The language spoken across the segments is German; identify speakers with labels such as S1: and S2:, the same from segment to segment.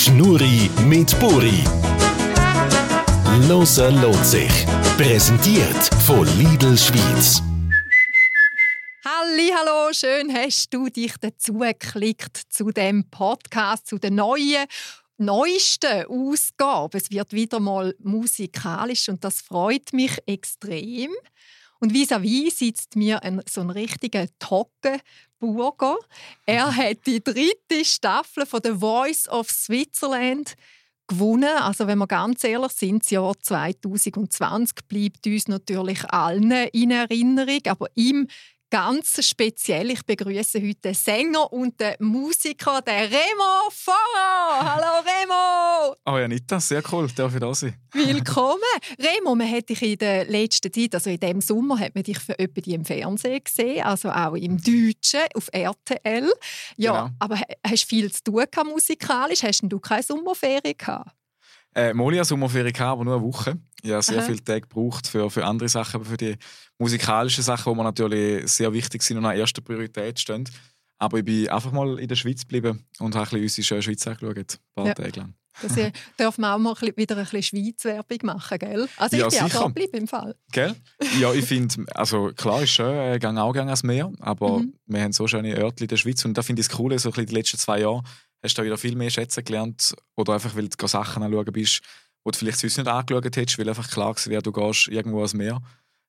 S1: Schnurri mit Buri. Hören lohnt sich. Präsentiert von Lidl Schweiz.
S2: Hallo, schön hast du dich dazu geklickt zu dem Podcast, zu der neuesten Ausgabe. Es wird wieder mal musikalisch und das freut mich extrem. Und vis-à-vis sitzt mir so ein richtiger Toggenburger. Er hat die 3. Staffel von «The Voice of Switzerland» gewonnen. Also wenn wir ganz ehrlich sind, das Jahr 2020 bleibt uns natürlich allen in Erinnerung, aber ihm ganz speziell. Ich begrüße heute den Sänger und den Musiker, den Remo Pfarrer. Hallo Remo!
S3: Oh ja, Anita, sehr cool, darf ich da sein.
S2: Willkommen. Remo, man hat dich in der letzten Zeit, also in diesem Sommer, hat man dich für etwa im Fernsehen gesehen, also auch im Deutschen, auf RTL. Ja, genau. Aber hast du viel zu tun gehabt, musikalisch? Hast du keine Sommerferien gehabt?
S3: Mal eine Sommerferien gehabt, aber nur eine Woche. Ich habe sehr viele Tage gebraucht für andere Sachen, aber für die musikalischen Sachen, die mir natürlich sehr wichtig sind und an erster Priorität stehen. Aber ich bin einfach mal in der Schweiz geblieben und habe ein bisschen unsere Schweiz angeschaut, ein paar Tage lang.
S2: Das darf man auch mal wieder ein bisschen Schweiz-Werbung machen, gell? Also ich bin auch da geblieben im Fall.
S3: Gell? Ja, ich finde, also klar ist schön, ich gehe auch gerne ans Meer, aber wir haben so schöne Örtchen in der Schweiz und da finde ich es cool, so ein bisschen die letzten 2 Jahre hast du da wieder viel mehr schätzen gelernt oder einfach, weil du Sachen anschauen bist, die du vielleicht sonst nicht angeschaut hättest, weil einfach klar war, du gehst irgendwo ans Meer.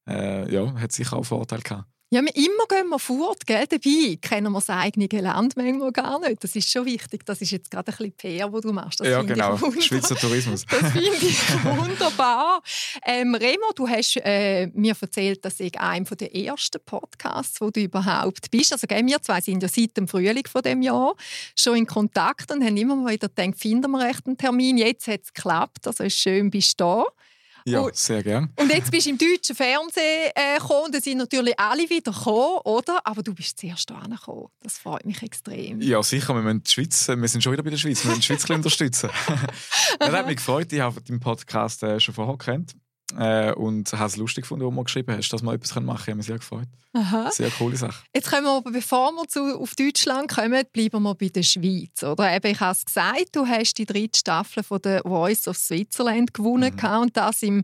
S3: Ja, hat sicher auch Vorteile gehabt.
S2: Ja, immer gehen wir fort, gell? Dabei kennen wir das eigene Land manchmal gar nicht. Das ist schon wichtig. Das ist jetzt gerade ein bisschen PR, was du machst. Das
S3: ja, genau. Schweizer Tourismus.
S2: Das finde ich wunderbar. Remo, du hast mir erzählt, dass ich einer der ersten Podcasts, wo du überhaupt bist. Also wir zwei sind ja seit dem Frühling von dem Jahr schon in Kontakt und haben immer mal wieder gedacht, finden wir echt einen Termin. Jetzt hat es geklappt. Also ist schön, bist du da.
S3: Ja, sehr gern.
S2: Und jetzt bist du im deutschen Fernsehen gekommen und da sind natürlich alle wieder gekommen, oder? Aber du bist zuerst hergekommen. Das freut mich extrem.
S3: Ja, sicher. Wir sind schon wieder bei der Schweiz. Wir müssen die Schweiz unterstützen. Das hat mich gefreut. Ich habe den Podcast schon vorher gekannt und habe es lustig gefunden, wo du geschrieben hast, dass wir etwas machen können. Ich habe mich sehr gefreut.
S2: Aha.
S3: Sehr coole Sache.
S2: Jetzt kommen wir aber, bevor wir auf Deutschland kommen, bleiben wir bei der Schweiz. Oder? Eben, ich habe es gesagt, du hast die 3. Staffel von «The Voice of Switzerland» gewonnen und das im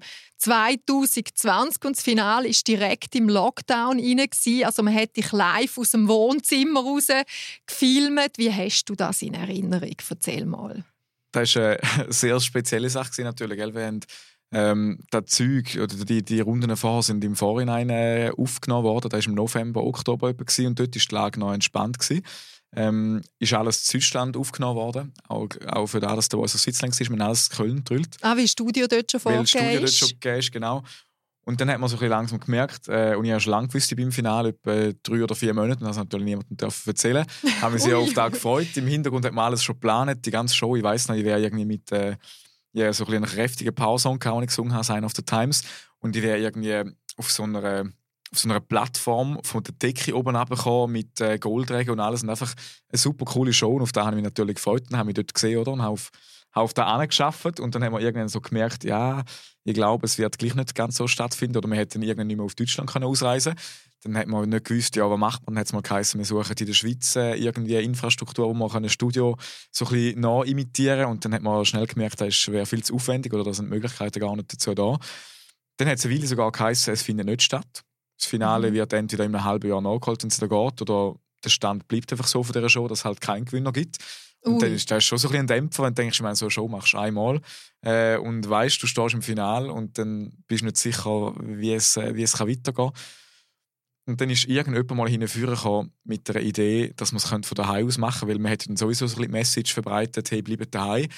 S2: 2020 und das Finale war direkt im Lockdown rein. Also man hat dich live aus dem Wohnzimmer raus gefilmt. Wie hast du das in Erinnerung? Erzähl mal.
S3: Das war eine sehr spezielle Sache natürlich. Wir haben das Zeug oder die Runden vorher sind im Vorhinein aufgenommen worden. Das war im November, Oktober und dort war die Lage noch entspannt. Ist alles in Deutschland aufgenommen worden. Auch für das, dass der «Voice of Switzerland» war, wir haben alles in Köln gedrüllt.
S2: Weil das Studio dort schon vorgegeben ist.
S3: Weil das Studio dort schon gegeben ist, genau. Und dann hat man so ein bisschen langsam gemerkt, und ich habe schon lange gewusst, beim Finale, etwa 3 oder 4 Monate, und das natürlich niemandem erzählen. Haben wir sehr auf das gefreut. Im Hintergrund hat man alles schon geplant, die ganze Show. Ich weiss noch, ich wäre irgendwie mit so ein kräftigen Power-Song, den ich gesungen habe, «Sign of the Times». Und ich wäre irgendwie auf so einer Plattform von der Decke oben runtergekommen mit Goldregeln und alles. Und einfach eine super coole Show. Und auf das habe ich mich natürlich gefreut. Dann habe ich dort gesehen, oder? Und habe auf das angeschafft. Und dann haben wir irgendwann so gemerkt, ja, ich glaube, es wird gleich nicht ganz so stattfinden. Oder wir hätten irgendwann nicht mehr auf Deutschland ausreisen können. Dann hat man nicht gewusst, ja, was macht man. Dann hat es mal geheißen, wir suchen in der Schweiz irgendwie eine Infrastruktur, wo man ein Studio so ein bisschen nachimitieren kann. Und dann hat man schnell gemerkt, das wäre viel zu aufwendig oder da sind die Möglichkeiten gar nicht dazu da. Dann hat es eine Weile sogar geheißen, es findet nicht statt. Das Finale wird entweder in einem halben Jahr nachgeholt, wenn es da geht, oder der Stand bleibt einfach so von dieser Show, dass es halt keinen Gewinner gibt. Und dann ist das schon so ein bisschen ein Dämpfer, wenn du denkst, ich meine, so eine Show machst du einmal und weißt, du stehst im Finale und dann bist du nicht sicher, wie es weitergehen kann. Und dann ist irgendjemand mal hinführen mit der Idee, dass man es von daheim aus machen könnte, weil man hätte dann sowieso so ein bisschen die Message verbreitet, hey, bleibt daheim.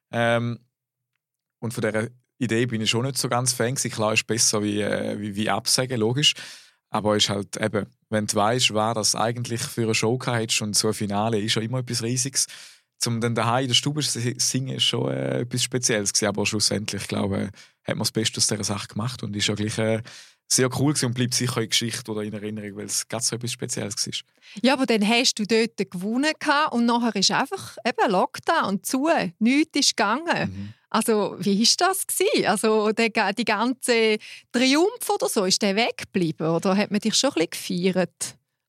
S3: Und von dieser Idee bin ich schon nicht so ganz Fan gewesen. Klar, ist besser wie absagen, logisch. Aber es ist halt eben, wenn du weißt, wer das eigentlich für eine Show hast und so ein Finale ist ja immer etwas Riesiges. Zum dann daheim in der Stube zu singen, ist schon etwas Spezielles gewesen. Aber schlussendlich, glaube ich, hat man das Beste aus dieser Sache gemacht und ist ja gleich sehr cool gewesen und bleibt sicher in Geschichte oder in Erinnerung, weil es ganz so etwas Spezielles war.
S2: Ja, aber dann hast du dort gewonnen und nachher ist einfach eben Lockdown zu, nichts ist gegangen. Also wie war das gewesen? Also die ganze Triumph oder so, ist der weggeblieben oder hat man dich schon ein bisschen gefeiert?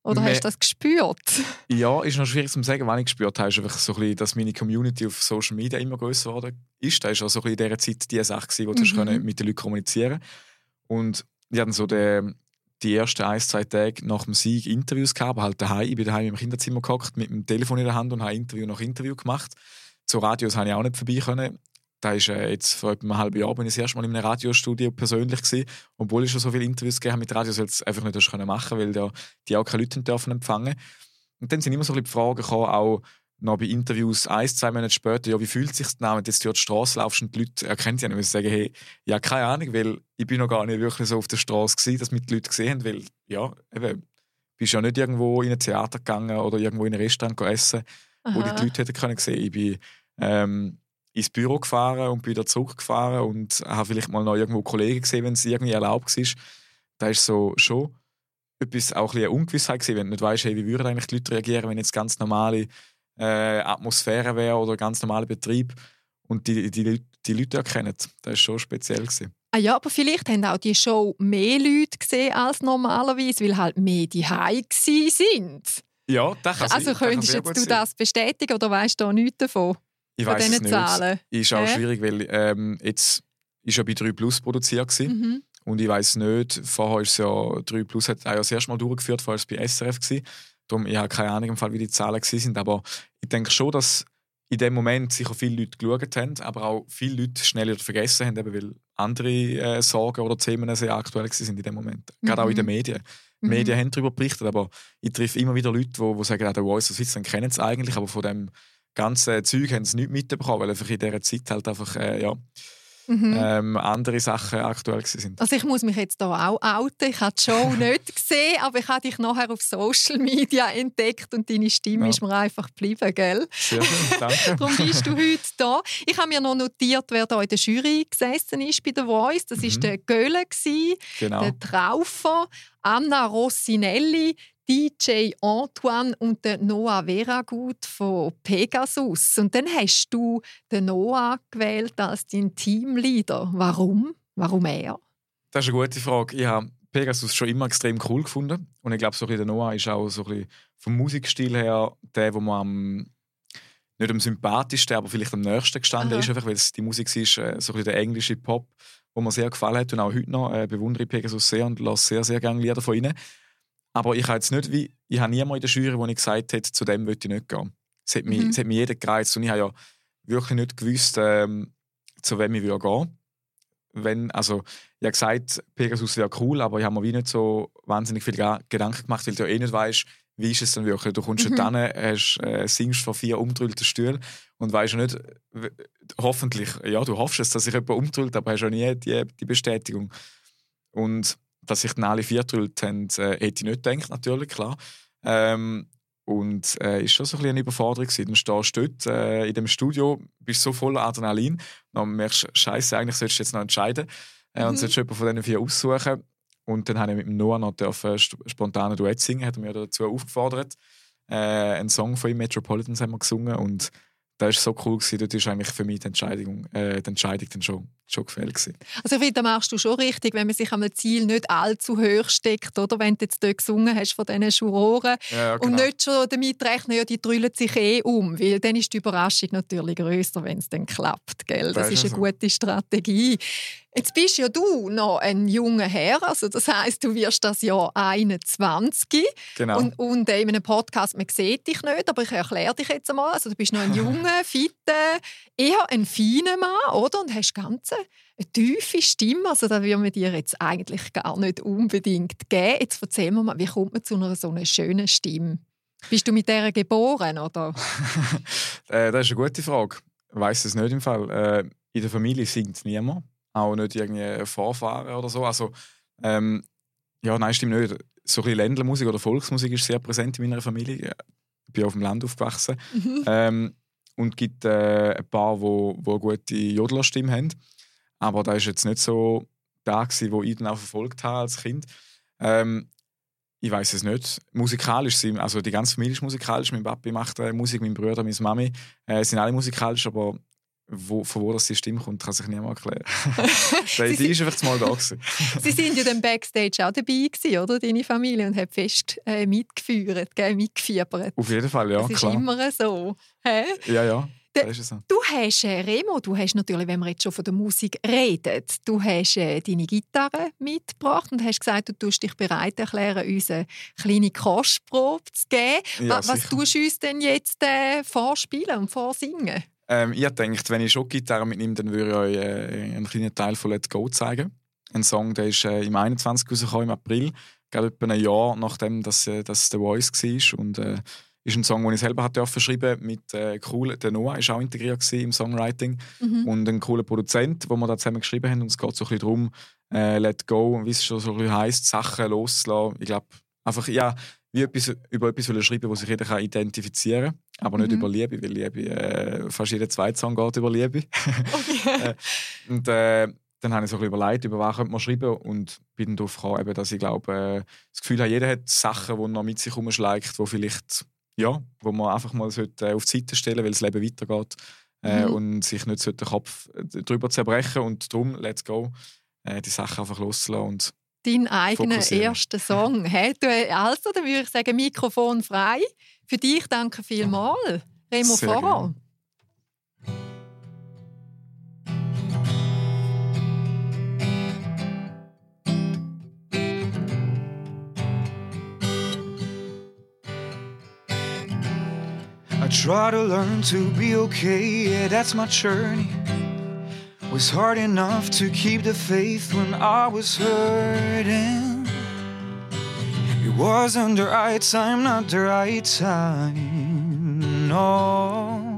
S2: Oder hast du das gespürt?
S3: Ja, ist noch schwierig zu sagen, wann ich gespürt habe. Ist einfach so ein bisschen, dass meine Community auf Social Media immer grösser geworden ist. Das war auch so ein bisschen in dieser Zeit die Sache, wo du mit den Leuten kommunizieren konntest. Und ich hatte so die ersten 1-2 Tage nach dem Sieg Interviews gehabt, halt daheim. Ich bin daheim im Kinderzimmer gehockt mit dem Telefon in der Hand und habe Interview nach Interview gemacht. Zu Radios konnte ich auch nicht vorbei können. Da ist jetzt vor etwa einem halben Jahr bin ich das erste Mal in einem Radiostudio persönlich gewesen. Obwohl ich schon so viele Interviews gegeben habe mit Radios, weil ich es einfach nicht machen konnte, weil die auch keine Leute dürfen empfangen. Und dann sind immer so ein bisschen die Fragen gekommen, auch noch bei Interviews 1-2 Monate später, ja, wie fühlt es sich denn an, wenn du jetzt durch die Straße laufst und die Leute erkennen dich nicht, und sagen, hey, ja, keine Ahnung, weil ich bin noch gar nicht wirklich so auf der Straße gewesen, dass mich die Leute gesehen haben, weil, ja, eben, bist ja nicht irgendwo in ein Theater gegangen oder irgendwo in ein Restaurant essen, wo die Leute hätten können sehen. Ich bin ins Büro gefahren und bin wieder zurückgefahren und habe vielleicht mal noch irgendwo Kollegen gesehen, wenn es irgendwie erlaubt war. Da ist so schon etwas auch ein bisschen Ungewissheit gewesen, wenn du nicht weißt, hey, wie würden eigentlich die Leute reagieren, wenn jetzt ganz normale Atmosphäre wäre oder ganz normaler Betrieb und die Leute erkennen. Das war schon speziell gewesen.
S2: Ah ja, aber vielleicht haben auch die Show mehr Leute gesehen als normalerweise, weil halt mehr die Heim sind.
S3: Ja, das kann
S2: also könntest du das bestätigen oder weißt du da nichts davon?
S3: Ich weiss es nicht. Zahlen? Ist auch schwierig, weil jetzt ist ja bei 3 Plus produziert gewesen. Und ich weiss nicht, vorher ist ja 3 Plus hat auch das erste Mal durchgeführt, vorher war es bei SRF gewesen. Darum, ich habe keine Ahnung im Fall, wie die Zahlen waren. Aber ich denke schon, dass in dem Moment sicher viele Leute geschaut haben, aber auch viele Leute schnell wieder vergessen haben, eben weil andere Sorgen oder Themen sehr aktuell waren in dem Moment. Gerade auch in den Medien. Die Medien haben darüber berichtet, aber ich treffe immer wieder Leute, die sagen, der Voice of Switzerland kennen es eigentlich, aber von dem ganzen Zeug haben sie nichts mitbekommen, weil einfach in dieser Zeit halt einfach andere Sachen aktuell sind.
S2: Also ich muss mich jetzt hier auch outen. Ich habe die Show nicht gesehen, aber ich habe dich nachher auf Social Media entdeckt und deine Stimme ist mir einfach geblieben, gell?
S3: Sehr schön, danke.
S2: Darum bist du heute da. Ich habe mir noch notiert, wer da in der Jury gesessen ist bei The Voice. Das war der Göhle,
S3: genau.
S2: Der Traufer, Anna Rossinelli, DJ Antoine und der Noah Veragut von Pegasus. Und dann hast du den Noah gewählt als deinen Teamleader. Warum? Warum er?
S3: Das ist eine gute Frage. Ich habe Pegasus schon immer extrem cool gefunden. Und ich glaube, so der Noah ist auch so ein bisschen vom Musikstil her der, wo man nicht am sympathischsten, aber vielleicht am nächsten gestanden ist. Einfach, weil die Musik ist so ein bisschen der englische Pop, wo mir sehr gefallen hat. Und auch heute noch bewundere ich Pegasus sehr und lasse sehr, sehr gerne Lieder von ihnen. Aber ich habe jetzt nicht, ich habe niemanden in der Jury, wo ich gesagt hätte, zu dem möchte ich nicht gehen. Es hat mich jeder gereizt und ich habe ja wirklich nicht gewusst, zu wem ich gehen würde. Ich habe gesagt, Pegasus wäre cool, aber ich habe mir wie nicht so wahnsinnig viele Gedanken gemacht, weil du ja eh nicht weißt, wie ist es dann wirklich. Du kommst dann, singst vor 4 umgedrillten Stühlen und weißt ja nicht, hoffentlich, ja, du hoffst es, dass sich jemand umdrillt, aber hast ja nie die Bestätigung. Und dass sich dann alle 4 gedrillt haben, hätte ich nicht gedacht, natürlich, klar. Und ist schon so ein bisschen eine Überforderung gewesen. Dann stehst du dort in dem Studio, bist so voller Adrenalin, dann merkst du, Scheiße, eigentlich solltest du jetzt noch entscheiden und solltest jemanden von diesen 4 aussuchen. Und dann habe ich mit dem Noah noch spontan Duett singen, hat er mir dazu aufgefordert. Einen Song von ihm, Metropolitans, haben wir gesungen und das war so cool gewesen. Dort ist eigentlich für mich die Entscheidung dann schon gefällt gewesen.
S2: Also ich finde, da machst du schon richtig, wenn man sich am Ziel nicht allzu hoch steckt, oder? Wenn du jetzt dort gesungen hast von diesen Juroren
S3: ja, genau.
S2: Und nicht schon damit rechnen, ja, die drüllen sich weil dann ist die Überraschung natürlich grösser, wenn es dann klappt, gell? Das ist eine gute Strategie. Jetzt bist ja du noch ein junger Herr, also das heisst, du wirst das Jahr 21.
S3: Genau.
S2: Und in einem Podcast, man sieht dich nicht, aber ich erkläre dich jetzt einmal. Also du bist noch ein junger, fitter, eher ein feiner Mann, oder? Und hast ganz eine tiefe Stimme, also das würde man dir jetzt eigentlich gar nicht unbedingt geben. Jetzt erzähl mir mal, wie kommt man zu einer so einer schönen Stimme? Bist du mit der geboren, oder?
S3: Das ist eine gute Frage. Ich weiss es nicht im Fall. In der Familie singt niemand. Auch nicht irgendwie Vorfahren oder so. Also, ja, nein, stimmt nicht. So ein bisschen Ländlermusik oder Volksmusik ist sehr präsent in meiner Familie. Ich bin auf dem Land aufgewachsen. Und es gibt ein paar, die eine gute Jodlerstimme haben. Aber das war jetzt nicht so da, wo ich dann auch verfolgt habe als Kind. Ich weiss es nicht. Musikalisch, also die ganze Familie ist musikalisch. Mein Papi macht Musik, mein Bruder, meine Mami sind alle musikalisch, aber von wo das die Stimme kommt, kann sich niemand erklären. Die ist einfach mal da gewesen.
S2: Sie waren ja dann Backstage auch dabei gewesen, oder? Deine Familie, und haben fest mitgefiebert.
S3: Auf jeden Fall, ja,
S2: das ist
S3: klar.
S2: Immer so. Hä?
S3: Ja. Das ist so.
S2: Du hast, Remo, natürlich, wenn wir jetzt schon von der Musik reden, du hast deine Gitarre mitgebracht und hast gesagt, du tust dich bereit erklären, uns eine kleine Kostprobe zu geben.
S3: Ja,
S2: was tust du uns denn jetzt vorspielen und vorsingen?
S3: Ich denke, wenn ich schon Gitarre mitnehme, dann würde ich euch einen kleinen Teil von «Let Go» zeigen. Ein Song, der ist im 21 rausgekommen, im April, gerade etwa ein Jahr nachdem das «The Voice» war. Und ist ein Song, den ich selber schreiben durfte. Mit der Noah war auch integriert im Songwriting. Und ein cooler Produzent, den wir da zusammen geschrieben haben. Und es geht so ein bisschen darum, «Let Go», wie es schon so ein bisschen heisst, Sachen loszulassen. Ich glaube, einfach über etwas schreiben, wo sich jeder kann identifizieren kann. Aber nicht über Liebe, weil Liebe, fast jeder zweite Song geht über Liebe.
S2: Okay.
S3: Und dann habe ich so ein bisschen überlegt, über was könnte man schreiben, und bin dann darauf gekommen, dass ich glaube, das Gefühl habe, jeder hat Sachen, die er mit sich herumschleicht, wo vielleicht, wo man einfach mal auf die Seite stellen sollte, weil das Leben weitergeht und sich nicht den Kopf darüber zerbrechen, und darum, let's go, die Sachen einfach loslassen und
S2: deinen eigenen ersten Song. Hey, also, dann würde ich sagen, Mikrofon frei. Für dich danke vielmals, Remo Pfarrer.
S4: I try to learn to be okay, yeah, that's my journey. Was hard enough to keep the faith when I was hurting. It wasn't the right time, not the right time, no.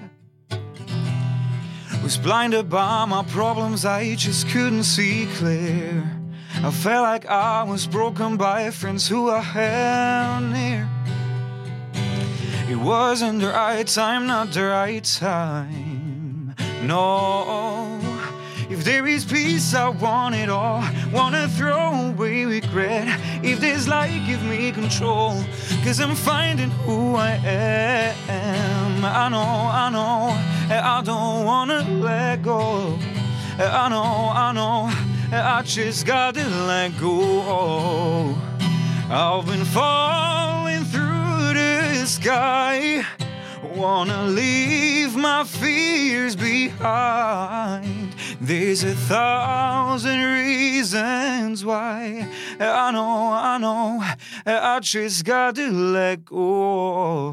S4: Was blinded by my problems, I just couldn't see clear. I felt like I was broken by friends who I held near. It wasn't the right time, not the right time, no. If there is peace, I want it all. Wanna throw away regret. If this life give me control, 'cause I'm finding who I am. I know, I don't wanna let go. I know, I just gotta let go. I've been falling through the sky. Wanna leave my fears behind. There's 1,000 reasons why. I know, I just got to let go.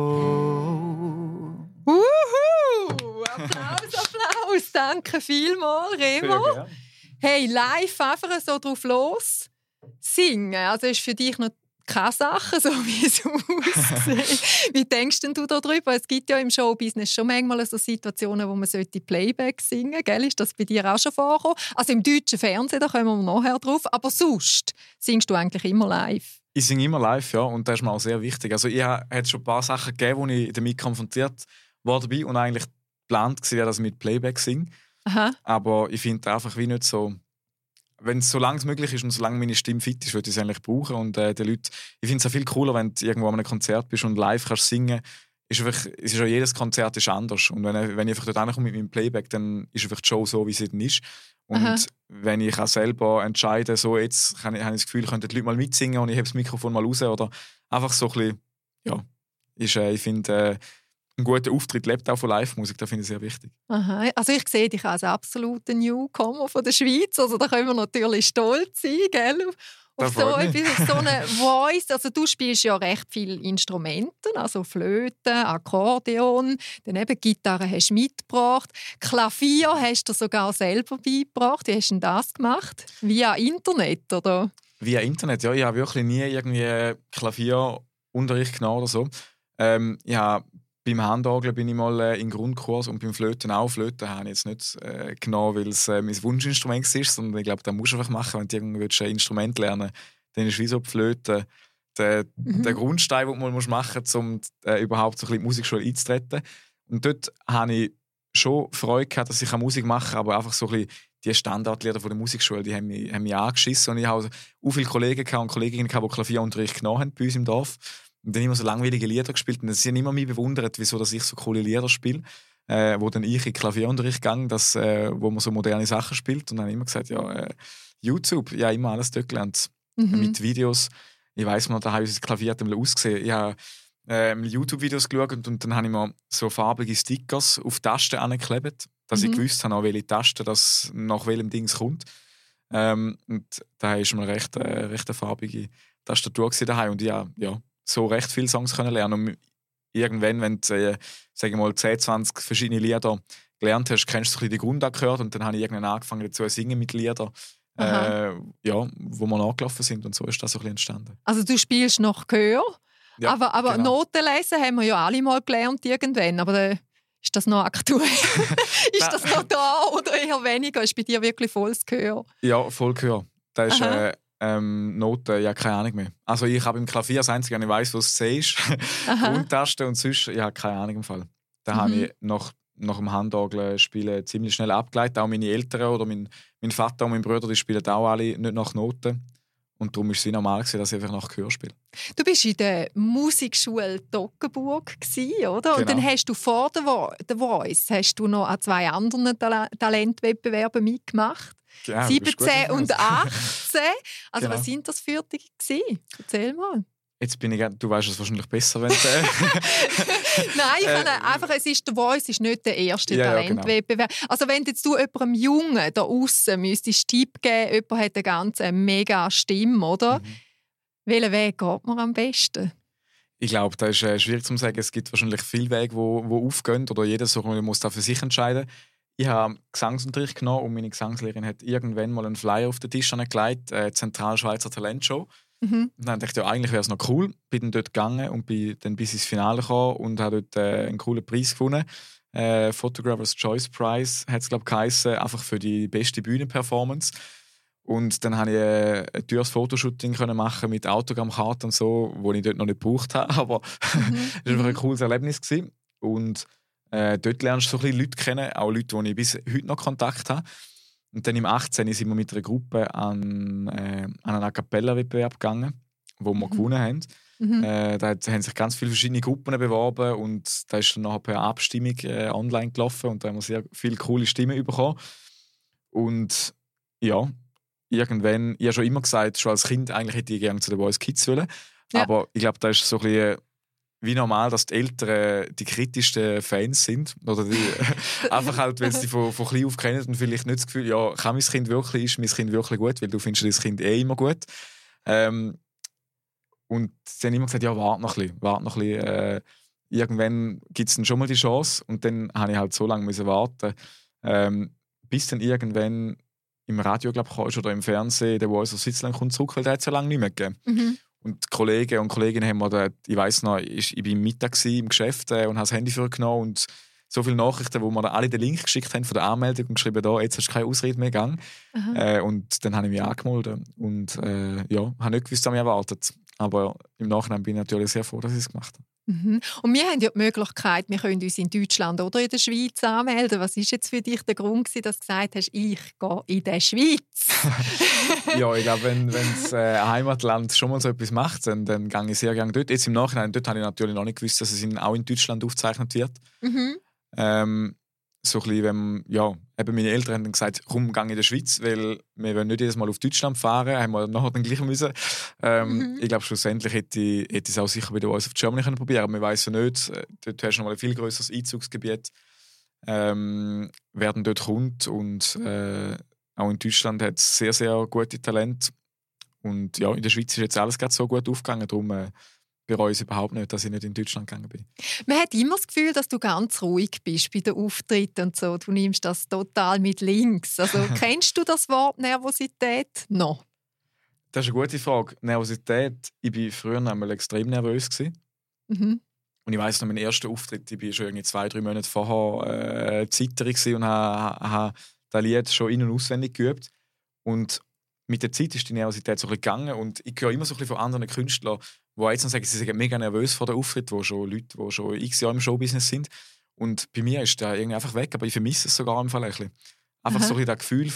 S2: Applaus, danke vielmals, Remo. Hey, live einfach so drauf los singen. Also ist für dich noch keine Sache, so wie es aussieht. Wie denkst denn du darüber? Es gibt ja im Showbusiness schon manchmal so Situationen, wo man Playback singen sollte. Gell? Ist das bei dir auch schon vorgekommen? Also im deutschen Fernsehen, da kommen wir nachher drauf. Aber sonst singst du eigentlich immer live?
S3: Ich singe immer live, ja. Und das ist mir auch sehr wichtig. Also ich hatte schon ein paar Sachen gegeben, wo ich damit konfrontiert worden und eigentlich geplant war, dass ich mit Playback singe.
S2: Aha.
S3: Aber ich finde einfach wie nicht so... Wenn es so lange möglich ist und solange meine Stimme fit ist, würde ich es eigentlich brauchen. Und die Leute, ich finde es auch viel cooler, wenn du irgendwo an einem Konzert bist und live kannst singen. Jedes Konzert ist anders. Und wenn ich einfach dort ankomme mit meinem Playback, dann ist einfach die Show so, wie sie dann ist. Und wenn ich auch selber entscheide, so jetzt habe ich das Gefühl, könnten die Leute mal mitsingen und ich habe das Mikrofon mal raus. Oder einfach so ein bisschen, ich finde... Ein guter Auftritt lebt auch von Live-Musik, das finde ich sehr wichtig.
S2: Aha. Also ich sehe dich als absoluten Newcomer von der Schweiz, also da können wir natürlich stolz sein, gell? Auf so eine Voice. Also du spielst ja recht viele Instrumente, also Flöte, Akkordeon, dann eben Gitarre hast du mitgebracht, Klavier hast du sogar selber beigebracht. Wie hast du denn das gemacht? Via Internet, oder?
S3: Via Internet, ja. Ich habe wirklich nie irgendwie Klavierunterricht genommen oder so. Ich habe beim Handorgeln bin ich mal in Grundkurs und beim Flöten auch. Flöten habe ich jetzt nicht genommen, weil es mein Wunschinstrument ist, sondern ich glaube, das musst du einfach machen, wenn du irgendwie ein Instrument lernen willst. Dann ist wie so die Flöte der Grundstein, den man machen muss, um überhaupt so ein bisschen in die Musikschule einzutreten. Und dort habe ich schon Freude gehabt, dass ich Musik mache, aber einfach so ein bisschen die Standardlieder von der Musikschule, die haben mich angeschissen. Und ich habe auch viele Kollegen und Kolleginnen, die Klavierunterricht genommen haben bei uns im Dorf. Und dann immer so langweilige Lieder gespielt. Und sie haben immer mich bewundert, wieso dass ich so coole Lieder spiele. wo dann ich in Klavierunterricht gegangen, wo man so moderne Sachen spielt. Und dann habe ich immer gesagt, YouTube, ich habe immer alles dort gelernt. Mit Videos. Ich weiss noch, da habe ich unser Klavier ausgesehen. Ich habe YouTube-Videos geschaut und dann habe ich mir so farbige Stickers auf Tasten angeklebt, dass ich gewusst habe, welche Taste das nach welchem Dings kommt. Und da war schon mal recht eine farbige Tastatur daheim. Und ja, so recht viele Songs können lernen. Und irgendwann, wenn du, sagen wir mal, 10, 20 verschiedene Lieder gelernt hast, kennst du so ein bisschen die Grundakkorde. Und dann habe ich irgendwann angefangen zu singen mit Liedern, wo wir nachgelaufen sind. Und so ist das so ein bisschen entstanden. Also
S2: du spielst noch Chör,
S3: ja,
S2: aber
S3: genau.
S2: Noten lesen haben wir ja alle mal gelernt irgendwann. Aber ist das noch aktuell? Ist das noch da oder eher weniger? Ist bei dir wirklich volles Chör?
S3: Ja, voll Chör. Das ist Noten, ja, keine Ahnung mehr. Also ich habe im Klavier das Einzige, ich weiss, was C ist. Grundtasten und sonst, ich habe keine Ahnung im Fall. Da habe ich nach dem Handorgeln spielen ziemlich schnell abgeleitet. Auch meine Eltern oder mein Vater und mein Bruder, die spielen auch alle nicht nach Noten. Und darum war es normal, dass ich einfach nach Gehör spiele.
S2: Du warst in der Musikschule Toggenburg, oder? Genau. Und dann hast du vor der Voice hast du noch an 2 anderen Talentwettbewerben mitgemacht. Genau, 17 und 18. Also genau. Was sind das für dich gewesen? Erzähl mal.
S3: Jetzt bin ich, du weißt es wahrscheinlich besser, wenn
S2: Nein, ich kann einfach, The Voice ist nicht der erste Talentwettbewerb. Genau. Also wenn jetzt du jemandem Jungen da aussen müsstest Tipp geben, jemand hat eine ganz mega Stimme, oder? Welchen Weg geht man am besten?
S3: Ich glaube, das ist schwierig zu sagen. Es gibt wahrscheinlich viele Wege, die aufgehen oder jeder muss da für sich entscheiden. Ich habe Gesangsunterricht genommen und meine Gesangslehrerin hat irgendwann mal einen Flyer auf den Tisch gelegt, Zentralschweizer Talentshow. Und dann dachte ich, eigentlich wäre es noch cool. Bin dann dort gegangen und bin dann bis ins Finale gekommen und habe dort einen coolen Preis gewonnen. Photographer's Choice Prize hat es, glaube ich, geheissen, einfach für die beste Bühnenperformance. Und dann konnte ich ein teures Fotoshooting machen mit Autogrammkarten und so, das ich dort noch nicht gebraucht habe. Aber es war einfach ein cooles Erlebnis gewesen. Und dort lernst du so ein bisschen Leute kennen, auch Leute, die ich bis heute noch Kontakt habe. Und dann im 18. sind wir mit einer Gruppe an einen A Cappella-Wettbewerb gegangen, wo wir gewonnen haben. Da haben sich ganz viele verschiedene Gruppen beworben und da ist dann nachher per Abstimmung online gelaufen und da haben wir sehr viele coole Stimmen bekommen. Und ja, irgendwann, ich habe schon immer gesagt, schon als Kind eigentlich hätte ich gerne zu den Voice Kids wollen. Ja. Aber ich glaube, da ist so ein bisschen wie normal, dass die Eltern die kritischsten Fans sind. Oder die, einfach halt, weil sie die von klein auf kennen und vielleicht nicht das Gefühl, ja, ist mein Kind wirklich gut, weil du findest das Kind immer gut. Und sie haben immer gesagt, ja, warte noch ein bisschen. Irgendwann gibt es dann schon mal die Chance. Und dann habe ich halt so lange warten, bis dann irgendwann im Radio, glaube ich, oder im Fernsehen der Voice of Switzerland kommt zurück, weil der hat es ja lange nicht mehr gegeben. Und die Kollegen und Kolleginnen haben mir, ich weiss noch, ich war Mittag im Geschäft und habe das Handy vorgenommen und so viele Nachrichten, wo mir alle den Link geschickt haben von der Anmeldung und geschrieben, da, jetzt hast du keine Ausrede mehr gegangen. Und dann habe ich mich angemeldet und habe nicht gewusst, was mich erwartet. Aber im Nachhinein bin ich natürlich sehr froh, dass ich es gemacht habe.
S2: Und wir haben ja die Möglichkeit, wir können uns in Deutschland oder in der Schweiz anmelden. Was war jetzt für dich der Grund, dass du gesagt hast, ich gehe in die Schweiz?
S3: Ja, ich glaube, wenn das Heimatland schon mal so etwas macht, dann gehe ich sehr gerne dort. Jetzt im Nachhinein, dort habe ich natürlich noch nicht gewusst, dass es auch in Deutschland aufgezeichnet wird. So ein bisschen, eben meine Eltern haben dann gesagt, komm, geh in die Schweiz, weil wir wollen nicht jedes Mal auf Deutschland fahren, haben wir nachher dann gleich müssen. Ich glaube, schlussendlich hätte ich es auch sicher bei der Voice of Germany probieren können. Man weiss ja nicht, dort hast du noch mal ein viel grösseres Einzugsgebiet, wer dann dort kommt. Und auch in Deutschland hat es sehr, sehr gute Talente. Und ja, in der Schweiz ist jetzt alles gerade so gut aufgegangen, darum bereue ich überhaupt nicht, dass ich nicht in Deutschland gegangen bin.
S2: Man hat immer das Gefühl, dass du ganz ruhig bist bei den Auftritten und so. Du nimmst das total mit links. Also, kennst du das Wort Nervosität noch?
S3: Das ist eine gute Frage. Nervosität, ich war früher einmal extrem nervös. Und ich weiss noch, mein erster Auftritt, ich war schon 2-3 Monate vorher Zitterig und habe das Lied schon in- und auswendig geübt. Und mit der Zeit ist die Nervosität so ein bisschen gegangen. Und ich höre immer so ein bisschen von anderen Künstlern, die jetzt noch sagen, sie sind mega nervös vor dem Auftritt, wo schon Leute, die schon x Jahre im Showbusiness sind. Und bei mir ist der irgendwie einfach weg, aber ich vermisse es sogar im Fall ein bisschen. Einfach so ein bisschen das Gefühl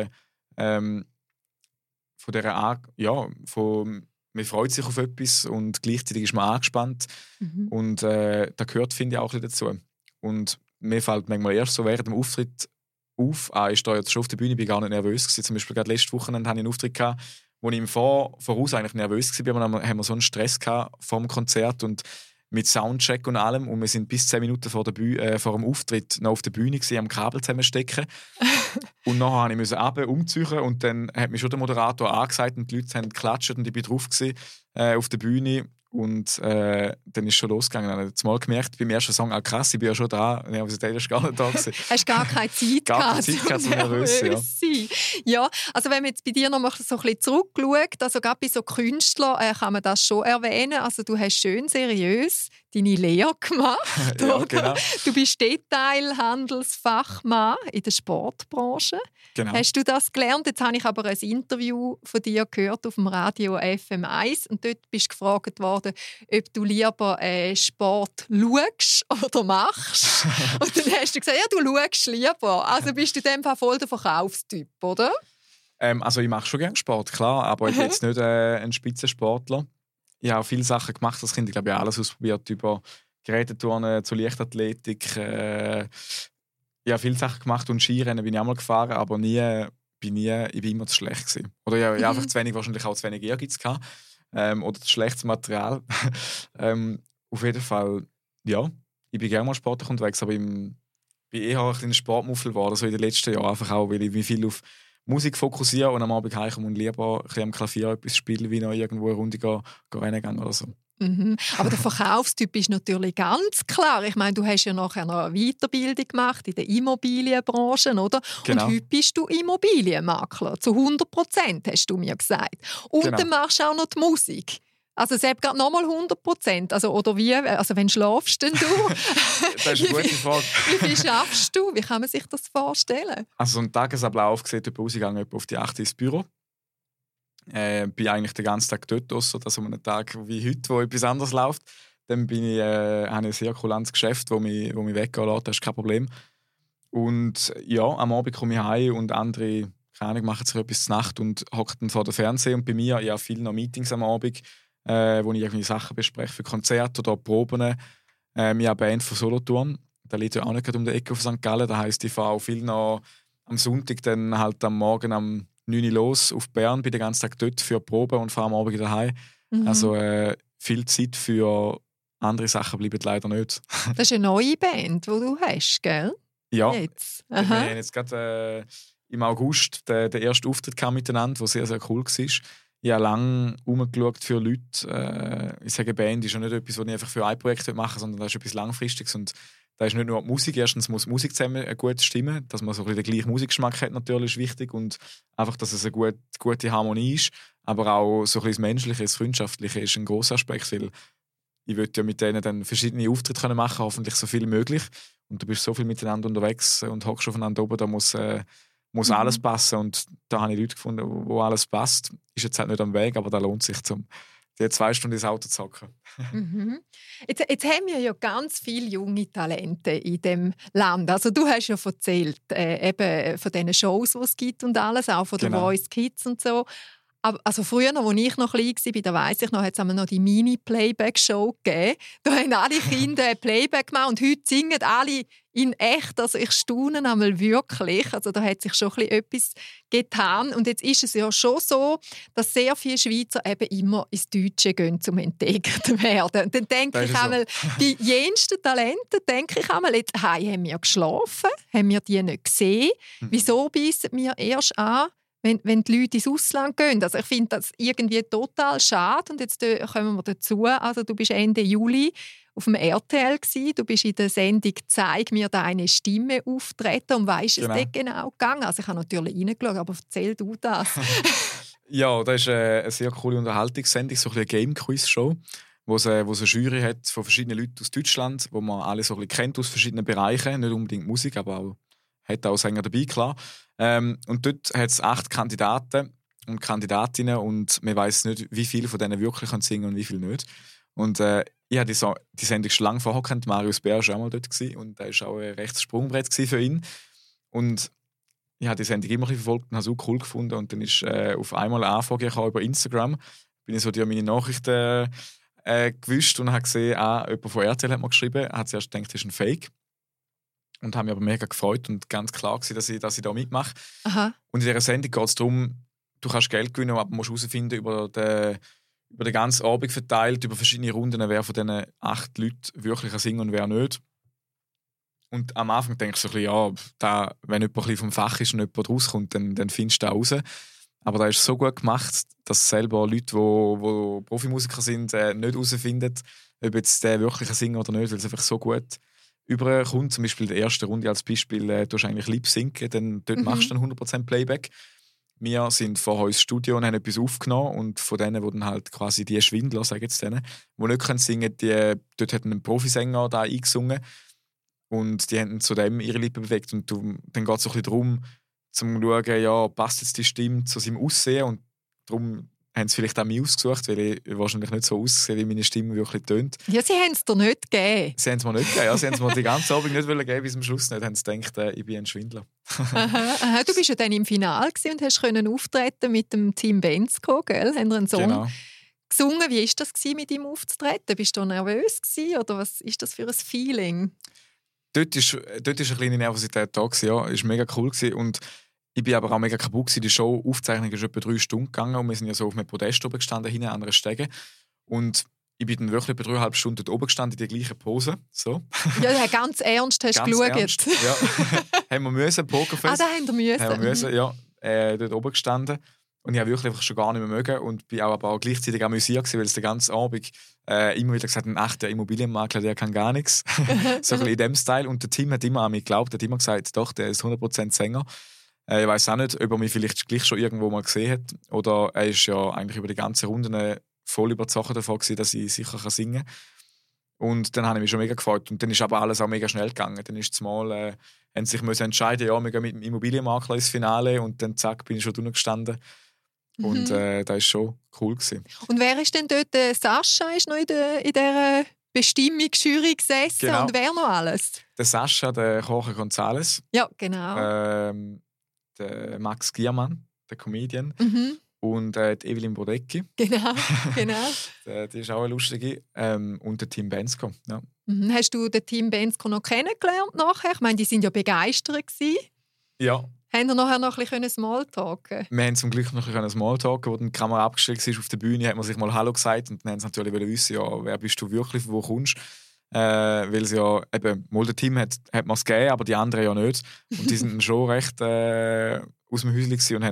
S3: man freut sich auf etwas und gleichzeitig ist man angespannt. Und da gehört, finde ich, auch ein bisschen dazu. Und mir fällt manchmal erst so während dem Auftritt auf, ich stehe jetzt schon auf der Bühne, bin gar nicht nervös gewesen. Zum Beispiel gerade letzte Wochenende hatte ich einen Auftritt gehabt, wo ich im Voraus eigentlich nervös war, aber dann haben wir so einen Stress gehabt vor dem Konzert und mit Soundcheck und allem und wir sind bis 10 Minuten vor dem Auftritt noch auf der Bühne gewesen, am Kabel zusammenstecken und nachher musste ich runter, umziehen und dann hat mich schon der Moderator angesagt und die Leute haben geklatscht und ich bin drauf gewesen, auf der Bühne und dann ist schon losgegangen. Ich habe jetzt mal gemerkt, beim ersten Song, krass, ich bin ja schon da, Nervosität ist gar nicht da gewesen.
S2: Hast gar keine Zeit gehabt,
S3: zum nervös sein.
S2: Ja, also wenn man jetzt bei dir noch mal so ein bisschen zurückschaut, also gerade bei so Künstlern kann man das schon erwähnen. Also du hast schön seriös deine Lehre gemacht.
S3: Ja, genau.
S2: Du bist Detailhandelsfachmann in der Sportbranche.
S3: Genau.
S2: Hast du das gelernt? Jetzt habe ich aber ein Interview von dir gehört auf dem Radio FM1 und dort bist du gefragt worden, ob du lieber Sport schaust oder machst. Und dann hast du gesagt, ja, du schaust lieber. Also bist du in dem Fall voll der Verkaufstyp, oder?
S3: Also ich mache schon gerne Sport, klar, aber ich bin jetzt nicht ein Spitzensportler. Ich habe viele Sachen gemacht als Kind. Ich glaube, ich habe alles ausprobiert, über Geräteturnen zu Leichtathletik. Ich habe viele Sachen gemacht und Skirennen bin ich auch mal gefahren, aber ich bin immer zu schlecht gewesen. Oder ich habe einfach wahrscheinlich auch zu wenig Ehrgeiz gehabt. Oder zu schlechtes Material. Auf jeden Fall, ja, ich bin gerne mal sportlich unterwegs, aber ich bin eher ein kleiner Sportmuffel geworden, so in den letzten Jahren, einfach auch, weil ich mich viel auf Musik fokussiere und am Abend heimkomme und lieber ein am Klavier etwas spielen, wie noch irgendwo eine Runde rennen gehen oder so.
S2: Mhm. Aber der Verkaufstyp ist natürlich ganz klar. Ich meine, du hast ja nachher noch eine Weiterbildung gemacht in der Immobilienbranche, oder?
S3: Genau.
S2: Und heute bist du Immobilienmakler. Zu 100%, hast du mir gesagt. Und
S3: genau.
S2: Dann machst du auch noch die Musik. Also selbst gerade nochmal 100%. Also, oder wie? Also wenn schlafst denn du?
S3: Das ist eine gute Frage.
S2: Wie viel schaffst du? Wie kann man sich das vorstellen?
S3: Also so ein Tagesablauf sieht etwa aus, ich gehe etwa auf die 8 ins Büro. Bin eigentlich den ganzen Tag dort, ausser dass an einem Tag wie heute, wo etwas anderes läuft, dann habe ich ein sehr cooles Geschäft, wo mich weggehen lässt, das ist kein Problem. Und ja, am Abend komme ich heim und andere, keine Ahnung, machen sich etwas zur Nacht und hocken dann vor dem Fernseher. Und bei mir ja viele noch Meetings am Abend, wo ich irgendwie Sachen bespreche für Konzerte oder Proben. Wir haben eine Band von Solothurn, da liegt ja auch nicht um die Ecke auf St. Gallen, das heisst, ich fahre auch viel noch am Sonntag, dann halt am Morgen am 9 Uhr los auf Bern, bin den ganzen Tag dort für Proben und fahre am Abend wieder heim. Mhm. Also viel Zeit für andere Sachen bleibt leider nicht.
S2: Das ist eine neue Band, die du hast, gell?
S3: Ja.
S2: Jetzt.
S3: Wir haben jetzt gerade im August den ersten Auftritt miteinander, der sehr, sehr cool war. Ich habe lange herumgeschaut für Leute. Ich sage, Band ist ja nicht etwas, was ich einfach für ein Projekt machen, sondern das ist etwas Langfristiges. Und da ist nicht nur die Musik. Erstens muss die Musik zusammen gut stimmen. Dass man so ein bisschen den gleichen Musikgeschmack hat, natürlich ist wichtig. Und einfach, dass es eine gute Harmonie ist. Aber auch so ein bisschen das Menschliche, das Freundschaftliche ist ein grosser Aspekt. Weil ich will ja mit denen dann verschiedene Auftritte machen, hoffentlich so viel möglich. Und du bist so viel miteinander unterwegs und hockst aufeinander oben, da muss alles passen. Und da habe ich Leute gefunden, wo alles passt. Ist jetzt halt nicht am Weg, aber da lohnt sich, die 2 Stunden ins Auto zu hocken.
S2: Mhm. Jetzt haben wir ja ganz viele junge Talente in dem Land. Also du hast ja erzählt, eben von diesen Shows, die es gibt und alles, auch von den Voice Kids und so. Aber also früher, als ich noch klein war, da weiss ich noch, hat es noch die Mini-Playback-Show gegeben. Da haben alle Kinder Playback gemacht und heute singen alle in echt. Also ich staune einmal wirklich. Also da hat sich schon etwas getan. Und jetzt ist es ja schon so, dass sehr viele Schweizer eben immer ins Deutsche gehen, um entdeckt zu werden. Und dann denke ich einmal, bei jensten Talenten denke ich einmal, jetzt haben wir geschlafen, haben wir die nicht gesehen. Wieso beißen wir erst an, wenn die Leute ins Ausland gehen? Also ich finde das irgendwie total schade. Und jetzt kommen wir dazu. Also du bist Ende Juli auf dem RTL gewesen. Du bist in der Sendung «Zeig mir deine Stimme» auftreten und weisst es dort genau gegangen. Also ich habe natürlich reingeschaut, aber erzähl du das.
S3: Ja, das ist eine sehr coole Unterhaltungssendung, so eine Game-Quiz-Show, wo es eine Jury hat von verschiedenen Leuten aus Deutschland, wo man alle so ein bisschen kennt aus verschiedenen Bereichen, nicht unbedingt Musik, aber auch hat auch Sänger dabei, klar. Und dort hat es 8 Kandidaten und Kandidatinnen und man weiss nicht, wie viele von denen wirklich singen und wie viele nicht. Und ich habe die Sendung schon lange vorher gekannt. Marius Bär war auch mal dort und das war auch ein rechtes Sprungbrett für ihn. Und ich habe die Sendung immer verfolgt und habe es auch cool gefunden. Und dann ist auf einmal eine Anfrage gekommen über Instagram. Bin ich so durch meine Nachrichten gewischt und habe gesehen, jemand von RTL hat mir geschrieben. Hat zuerst gedacht, das ist ein Fake. und habe mich aber mega gefreut und ganz klar gewesen, dass ich da mitmache.
S2: Aha.
S3: Und in dieser Sendung geht es darum, du kannst Geld gewinnen, aber musst herausfinden über den ganzen Abend verteilt, über verschiedene Runden, wer von diesen 8 Leuten wirklich singen und wer nicht. Und am Anfang denkst du so ein bisschen, wenn jemand ein bisschen vom Fach ist und jemand rauskommt, dann findest du das raus. Aber da ist so gut gemacht, dass selber Leute, die Profimusiker sind, nicht herausfinden, ob jetzt der wirklich singen oder nicht, weil es einfach so gut überkommt. Zum Beispiel in der ersten Runde als Beispiel, du hast eigentlich Lip-Synken, dann dort machst du dann 100% Playback. Wir sind vorher ins Studio und haben etwas aufgenommen und von denen, die dann halt quasi die Schwindler, sage ich jetzt denen, die nicht singen können, dort hat ein Profisänger da eingesungen und die haben zu dem ihre Lippen bewegt und dann geht es so ein bisschen darum, zum schauen, ja, passt jetzt die Stimme zu seinem Aussehen und darum haben sie vielleicht auch mich ausgesucht, weil ich wahrscheinlich nicht so aussehe, wie meine Stimme wirklich tönt.
S2: Ja, sie haben es dir nicht gegeben.
S3: Sie haben es mir nicht gegeben, ja. Sie haben es mir die ganze Abend nicht geben, bis zum Schluss nicht. Haben sie gedacht, ich bin ein Schwindler.
S2: Aha. Du bist ja dann im Finale und hast auftreten mit dem Team Bensko, gell? Haben einen Song
S3: Genau.
S2: gesungen. Wie war das mit ihm aufzutreten? Bist du nervös gewesen, oder was ist das für ein Feeling?
S3: Dort war eine kleine Nervosität da, ja. Es war mega cool gewesen. Und ich bin aber auch mega kaputt gewesen. Die Show-Aufzeichnung ist etwa 3 Stunden gegangen und wir sind ja so auf einem Podest oben gestanden, hinten an einer Stege. Und ich bin dann wirklich etwa 3,5 Stunden dort oben gestanden, in der gleichen Pose. So.
S2: Ja, ganz ernst hast du geschaut.
S3: Ernst, ja. Haben wir müssen, Pokerface.
S2: Da haben wir
S3: Haben wir müssen, ja. Dort oben gestanden. Und ich habe wirklich einfach schon gar nicht mehr mögen und bin aber auch gleichzeitig amüsiert gewesen, weil es den ganzen Abend immer wieder gesagt hat, der Immobilienmakler, der kann gar nichts. So ein bisschen in dem Style. Und der Team hat immer an mich geglaubt, hat immer gesagt, doch, der ist 100% Sänger. Ich weiss auch nicht, ob er mich vielleicht gleich schon irgendwo mal gesehen hat. Oder er ist ja eigentlich über die ganze Runde voll überzeugt davon gewesen, dass ich sicher singen kann. Und dann habe ich mich schon mega gefreut. Und dann ist aber alles auch mega schnell gegangen. Dann ist zumal, haben sie sich entscheiden, ja, wir gehen mit dem Immobilienmakler ins Finale. Und dann zack, bin ich schon drinnen gestanden. Und das war schon cool gewesen.
S2: Und wer ist denn dort? Sascha ist noch in dieser Bestimmungsjury gesessen.
S3: Genau.
S2: Und wer noch alles?
S3: Der Sascha, der Jorge González.
S2: Ja, genau.
S3: Der Max Giermann, der Comedian. Und die Evelyn Bodecki.
S2: Genau.
S3: Die ist auch eine lustige. Und der Team Bensko. Ja.
S2: Hast du den Team Bensko noch kennengelernt nachher? Ich meine, die waren ja begeistert gewesen.
S3: Ja.
S2: Haben wir nachher noch ein bisschen Smalltalken?
S3: Wir haben zum Glück noch ein bisschen Smalltalken, wo die Kamera abgestellt war auf der Bühne, hat man sich mal Hallo gesagt und dann haben sie natürlich wissen, ja, wer bist du wirklich, von wo kommst du? Weil sie ja, eben, mal das Team hat man es gegeben, aber die anderen ja nicht. Und die sind schon recht aus dem Häuschen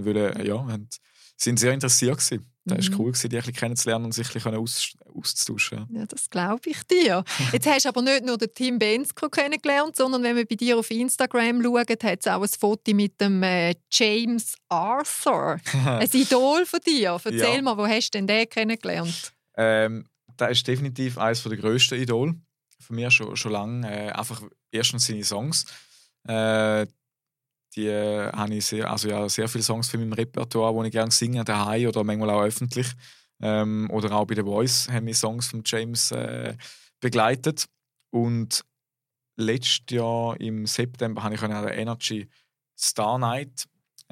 S3: und sind sehr interessiert gewesen. Das war cool, die ein bisschen kennenzulernen und sich ein bisschen auszutauschen.
S2: Ja, das glaube ich dir. Jetzt hast du aber nicht nur den Team Bensko kennengelernt, sondern wenn man bei dir auf Instagram schaut, hat es auch ein Foto mit dem James Arthur. Ein Idol von dir. Erzähl mal, wo hast du denn den kennengelernt?
S3: Das ist definitiv eines der grössten Idole. Von mir schon lange. Einfach erstens seine Songs. Die habe ich sehr viele Songs für mein Repertoire, die ich gerne singe, daheim oder manchmal auch öffentlich. Oder auch bei The Voice haben mich Songs von James begleitet. Und letztes Jahr im September habe ich an der Energy Star Night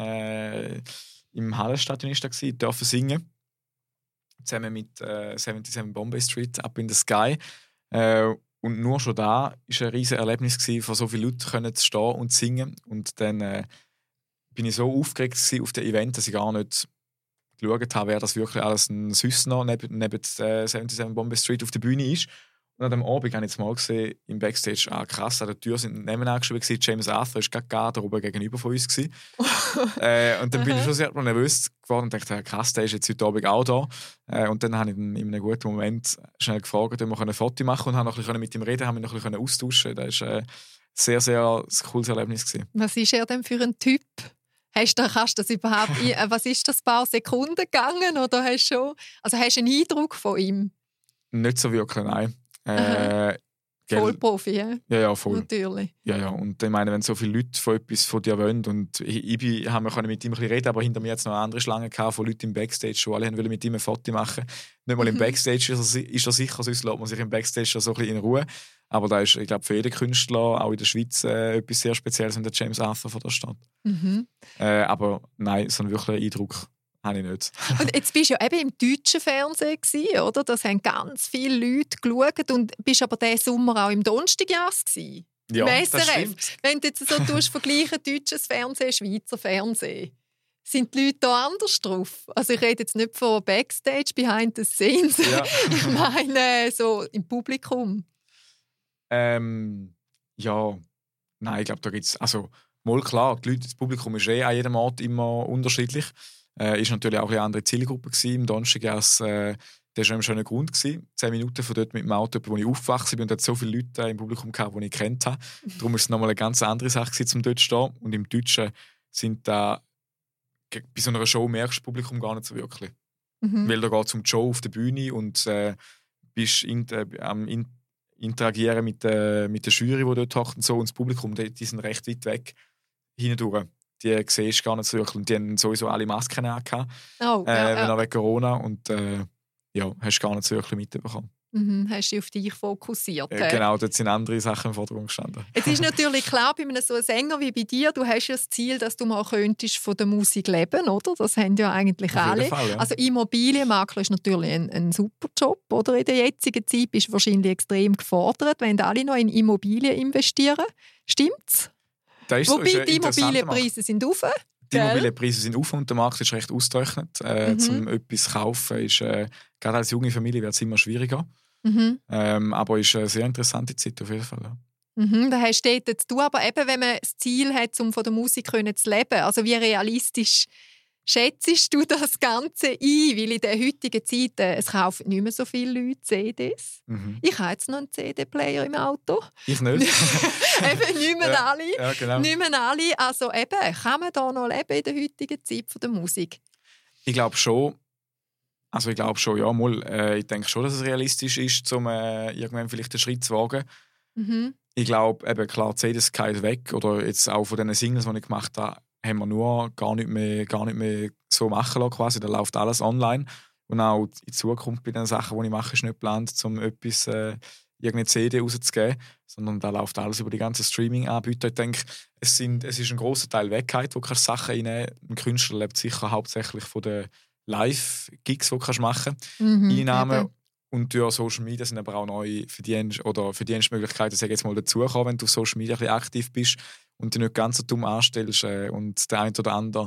S3: im Hallenstadion dürfen singen. Zusammen mit 77 Bombay Street, Up in the Sky. Und nur schon da war ein riesiges Erlebnis, vor so vielen Leuten zu stehen und zu singen. Und dann bin ich so aufgeregt auf dem Event, dass ich gar nicht geschaut habe, wer das wirklich alles ein Süßner neben 77 Bombay Street auf der Bühne ist. Und an dem Abend habe ich jetzt mal gesehen, im Backstage, krass, an der Tür sind Namen angeschrieben, James Arthur war gerade da oben gegenüber von uns. Und dann bin ich schon sehr nervös geworden und dachte, krass, der ist jetzt heute Abend auch da. Und dann habe ich in einem guten Moment schnell gefragt, ob wir ein Foto machen können und habe noch ein bisschen mit ihm reden, haben mich noch ein bisschen austauschen. Das war ein sehr, sehr cooles Erlebnis gewesen.
S2: Was ist er denn für ein Typ? Kannst du das überhaupt? Was ist das, ein paar Sekunden gegangen? Oder hast du einen Eindruck von ihm?
S3: Nicht so wirklich, nein.
S2: Vollprofi, ja?
S3: Ja, voll.
S2: Natürlich.
S3: Ja, und ich meine, wenn so viele Leute von etwas von dir wollen und ich habe mit ihm ein bisschen reden, aber hinter mir jetzt noch eine andere Schlange von Leuten im Backstage, die alle wollten mit ihm ein Foto machen. Nicht mal im Backstage ist er sicher, sonst lässt man sich im Backstage so ein bisschen in Ruhe. Aber da ist, ich glaube, für jeden Künstler, auch in der Schweiz, etwas sehr Spezielles, wenn der James Arthur von der steht. Aber nein, so einen wirklichen Eindruck habe ich nicht.
S2: Und jetzt bist du ja eben im deutschen Fernsehen gewesen, oder? Das haben ganz viele Leute geschaut und bist aber diesen Sommer auch im Donnerstagjass gewesen.
S3: Ja,
S2: Im
S3: das
S2: SRF.
S3: stimmt.
S2: Wenn du jetzt so vergleichen, deutsches Fernsehen, Schweizer Fernsehen, sind die Leute da anders drauf? Also ich rede jetzt nicht von Backstage, behind the scenes.
S3: Ja.
S2: Ich meine so im Publikum.
S3: Ja, nein, ich glaube, da gibt es, also mal klar, die Leute, das Publikum ist an jedem Ort immer unterschiedlich. Ist natürlich auch eine andere Zielgruppe gewesen. Im Donnerstag das war schon ein Grund gewesen. 10 Minuten von dort mit dem Auto, wo ich aufgewachsen bin, und hat so viele Leute im Publikum gehabt, die ich kennt habe. Darum war es nochmal eine ganz andere Sache gewesen, um dort zu stehen. Und im Deutschen sind da bei so einer Show merkst du das Publikum gar nicht so wirklich. Weil da geht es um die Show auf der Bühne und bist am Interagieren mit der Jury, die dort hockt und so. Und das Publikum, die sind recht weit weg hindurch. Die siehst du gar nicht so wirklich. Und die haben sowieso alle Masken angehabt. Wegen Corona. Und hast du gar nicht so wirklich mitbekommen.
S2: Hast du dich auf dich fokussiert?
S3: Genau, dort sind andere Sachen im Vordergrund gestanden.
S2: Es ist natürlich klar, bei einem so einem Sänger wie bei dir, du hast ja das Ziel, dass du mal könntest von der Musik leben, oder? Das haben ja eigentlich alle.
S3: Fall, ja.
S2: Also Immobilienmakler ist natürlich ein super Job, oder? In der jetzigen Zeit bist du wahrscheinlich extrem gefordert, wenn alle noch in Immobilien investieren. Stimmt's? Wobei die Immobilienpreise sind rauf.
S3: Die Immobilienpreise sind auf und der Markt ist recht ausgetrocknet. Um etwas zu kaufen, ist gerade als junge Familie wird es immer schwieriger. Aber es ist eine sehr interessante Zeit auf jeden Fall. Ja.
S2: Da hast du dort zu tun, aber eben, wenn man das Ziel hat, um von der Musik zu leben, also wie realistisch schätzt du das Ganze ein? Weil in der heutigen Zeit, es kaufen nicht mehr so viele Leute CDs. Ich habe jetzt noch einen CD-Player im Auto.
S3: Ich nicht.
S2: Eben nicht mehr alle.
S3: Ja, genau.
S2: Nicht mehr alle. Also eben, kann man da noch leben in der heutigen Zeit von der Musik?
S3: Ich glaube schon. Also ich glaube schon, ja, mal. Ich denke schon, dass es realistisch ist, um irgendwann vielleicht einen Schritt zu wagen. Ich glaube, eben klar, die CDs fallen weg. Oder jetzt auch von den Singles, die ich gemacht habe, haben wir nur gar nicht mehr so machen lassen, quasi. Da läuft alles online. Und auch in Zukunft bei den Sachen, die ich mache, ist nicht geplant, um etwas, irgendeine CD rauszugeben, sondern da läuft alles über die ganzen Streaming-Anbieter. Ich denke, es ist ein grosser Teil Wegheit, wo du Sachen reinnehmen kannst. Ein Künstler lebt sicher hauptsächlich von den Live-Gigs, die du machen kannst. Einnahmen. Und durch Social Media sind aber auch neue Verdienstmöglichkeiten, sage jetzt mal, dazugekommen, wenn du auf Social Media ein bisschen aktiv bist und dich nicht ganz so dumm anstellst und der eine oder andere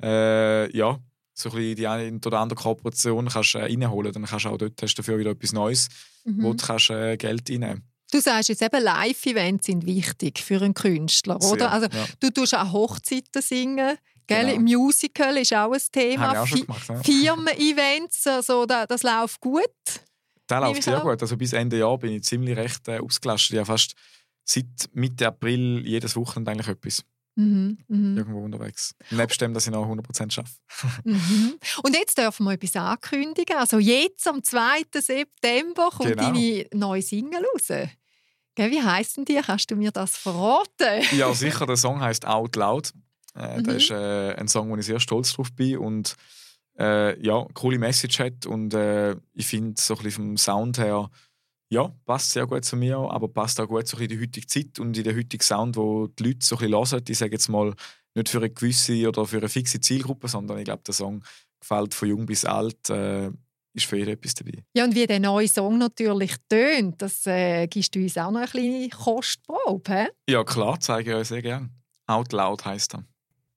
S3: so ein bisschen die eine oder andere Kooperation kannst reinholen, dann kannst du auch dort hast du dafür wieder etwas Neues, wo du kannst, Geld reinnehmen.
S2: Du sagst jetzt eben, Live-Events sind wichtig für einen Künstler, oder?
S3: Sehr,
S2: also, du tust auch Hochzeiten singen, gell? Genau. Musical ist auch ein Thema.
S3: Habe ich auch schon gemacht, ja.
S2: Firmen-Events, also das läuft gut.
S3: Das läuft sehr gut. Also bis Ende Jahr bin ich ziemlich recht ausgelastet. Ich habe fast seit Mitte April jedes Wochenende eigentlich etwas. Irgendwo unterwegs. Nebst dem, dass ich noch 100% arbeite.
S2: Und jetzt dürfen wir etwas ankündigen. Also jetzt am 2. September kommt deine neue Single raus. Gell, wie heisst denn die? Kannst du mir das verraten?
S3: Ja, sicher. Der Song heisst «Out Loud». Das ist ein Song, wo ich sehr stolz drauf bin und coole Message hat. Und ich finde, so ein bisschen vom Sound her, ja, passt sehr gut zu mir, aber passt auch gut so in die heutige Zeit und in den heutigen Sound, wo die Leute so ein bisschen hören. Ich sage jetzt mal, nicht für eine gewisse oder für eine fixe Zielgruppe, sondern ich glaube, der Song gefällt von jung bis alt, ist für jeden etwas dabei. Ja,
S2: und wie der neue Song natürlich tönt, das gibst du uns auch noch eine kleine Kostprobe, hä?
S3: Ja, klar, zeige ich euch sehr gerne. «Out Loud» heisst er.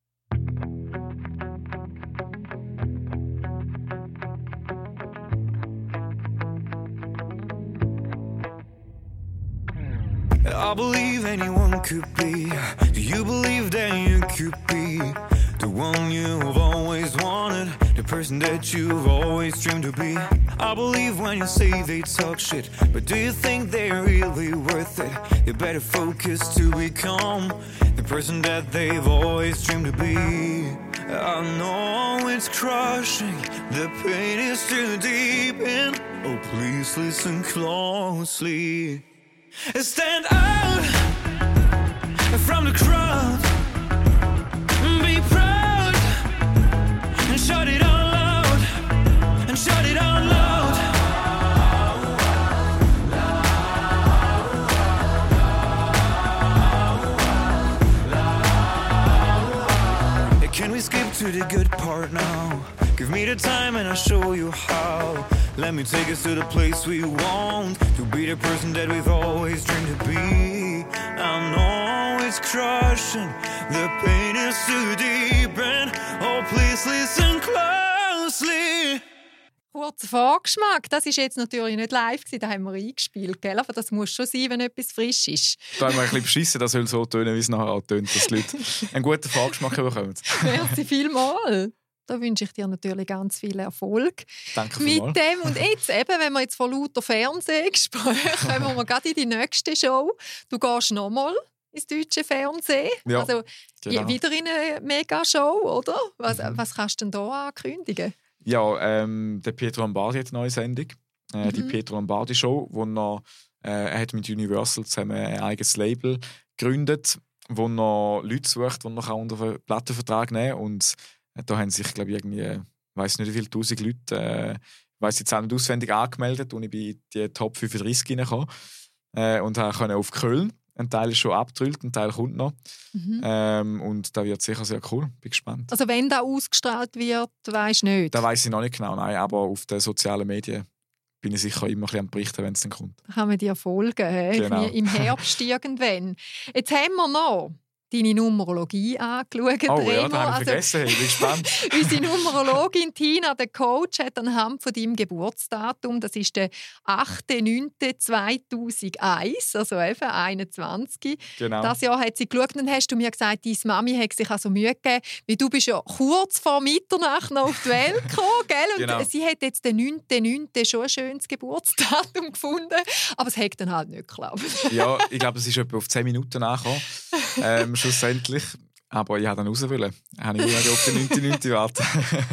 S4: I believe anyone could be. Do you believe that you could be the one you've always wanted, the person that you've always dreamed to be? I believe when you say they talk shit, but do you think they're really worth it? You better focus to become the person that they've always dreamed to be. I know it's crushing, the pain is too deep in. Oh, please listen closely. Stand out from the crowd, be proud, and shout it out loud, and shout it out loud. Can we skip to the good part now? Give me the time and I'll show you how. Let me take us to the place we want, to be the person that we've always dreamed to be. I know it's crushing, the pain is too deep, and oh please listen closely.
S2: Kurzer Vorgeschmack, das war jetzt natürlich nicht live, da haben wir eingespielt, gell? Aber das muss schon sein, wenn etwas frisch ist.
S3: Da haben wir ein bisschen beschissen, das soll so tönen, wie es nachher auch tönt, dass die Leute einen guten Vorgeschmack bekommen.
S2: Merci vielmals. Da wünsche ich dir natürlich ganz viel Erfolg.
S3: Danke
S2: mit
S3: vielmals.
S2: dem. Und jetzt eben, wenn wir jetzt von lauter Fernsehgesprächen kommen wir gerade in die nächste Show. Du gehst nochmal ins deutsche Fernsehen.
S3: Ja,
S2: also
S3: genau.
S2: wieder in eine Megashow, oder? Was kannst du denn da ankündigen?
S3: Ja, der Pietro Lombardi hat eine neue Sendung. Die Pietro Lombardi Show, wo er hat mit Universal zusammen ein eigenes Label gegründet, wo er Leute sucht, die er unter einen Plattenvertrag nehmen kann. Und da haben sich, glaube ich, irgendwie, ich weiss nicht wie viele tausend Leute, ich weiss jetzt auch nicht auswendig, angemeldet und ich bin in die Top 35 reingekommen und konnte auf Köln. Ein Teil ist schon abgedrüllt, ein Teil kommt noch. Und da wird sicher sehr cool. Bin gespannt.
S2: Also wenn das ausgestrahlt wird, weisst du nicht?
S3: Da weiss ich noch nicht genau, nein, aber auf den sozialen Medien bin ich sicher immer ein bisschen am Berichten, wenn es dann kommt.
S2: Da kann man dir folgen, he?
S3: Genau.
S2: Im Herbst irgendwann. Jetzt haben wir noch deine Numerologie angeschaut.
S3: Oh ja, das habe ich vergessen. Ich bin gespannt.
S2: Unsere Numerologin Tina, der Coach, hat anhand von deinem Geburtsdatum, das ist der 8.9.2001, also eben 21.
S3: Genau.
S2: Das Jahr hat sie geschaut und hast du mir gesagt, deine Mami hat sich also Mühe gegeben, weil du bist ja kurz vor Mitternacht noch auf die Welt gekommen, gell? Und
S3: Genau.
S2: sie hat jetzt den 9.9. schon ein schönes Geburtsdatum gefunden, aber es hat dann halt nicht geklappt.
S3: Ja, ich glaube, es ist etwa auf 10 Minuten angekommen. Schlussendlich. Aber ich wollte dann raus. Habe ich nicht auf den 9.9. warten.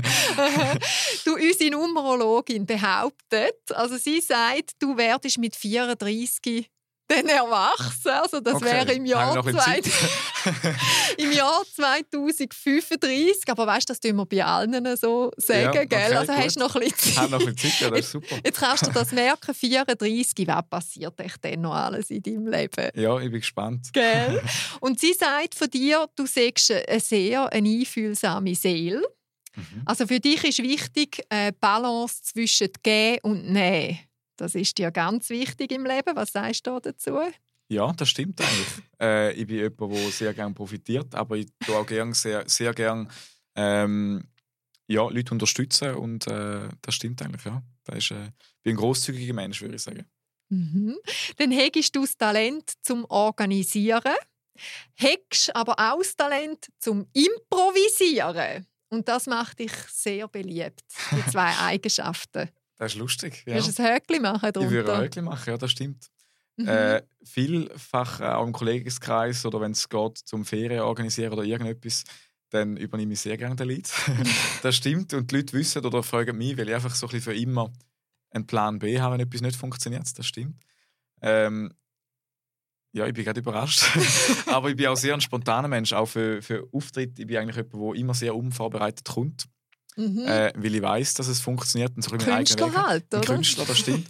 S2: Du, unsere Numerologin behauptet, also sie sagt, du werdest mit 34 dann erwachsen. Also das
S3: Okay.
S2: wäre im Jahr,
S3: Haben wir noch ein bisschen
S2: im Jahr 2035. Aber weißt du, das tun wir bei allen so sagen,
S3: Ja, okay,
S2: gell? Also
S3: gut.
S2: hast du noch ein bisschen
S3: Ich habe noch ein bisschen Zeit, ja, das ist super.
S2: Jetzt kannst du das merken, 34, was passiert echt denn noch alles in deinem Leben?
S3: Ja, ich bin gespannt.
S2: Gell? Und sie sagt von dir, du sagst eine sehr einfühlsame Seele. Also für dich ist wichtig, eine Balance zwischen Geben und Nehmen. Das ist dir ganz wichtig im Leben. Was sagst du dazu?
S3: Ja, das stimmt eigentlich. Ich bin jemand, der sehr gerne profitiert, aber ich tue auch sehr gerne Leute unterstützen und das stimmt eigentlich, ja. Ich bin ein grosszügiger Mensch, würde ich sagen.
S2: Dann hegst du das Talent zum Organisieren, hegst aber auch das Talent zum Improvisieren. Und das macht dich sehr beliebt, die zwei Eigenschaften.
S3: Das ist lustig. Ja.
S2: Willst du ein Häkchen machen drunter?
S3: Ich würde ein Häkchen machen, ja, das stimmt. Vielfach auch im Kollegenkreis oder wenn es geht zum Ferien organisieren oder irgendetwas, dann übernehme ich sehr gerne den Lead. Das stimmt und die Leute wissen oder fragen mich, weil ich einfach so ein bisschen für immer einen Plan B habe, wenn etwas nicht funktioniert. Das stimmt. Ja, ich bin gerade überrascht. Aber ich bin auch sehr ein spontaner Mensch, auch für Auftritte. Ich bin eigentlich jemand, der immer sehr unvorbereitet kommt. Weil ich weiss, dass es funktioniert. Und so ein
S2: Künstler halt, oder?
S3: Ein Künstler, das stimmt.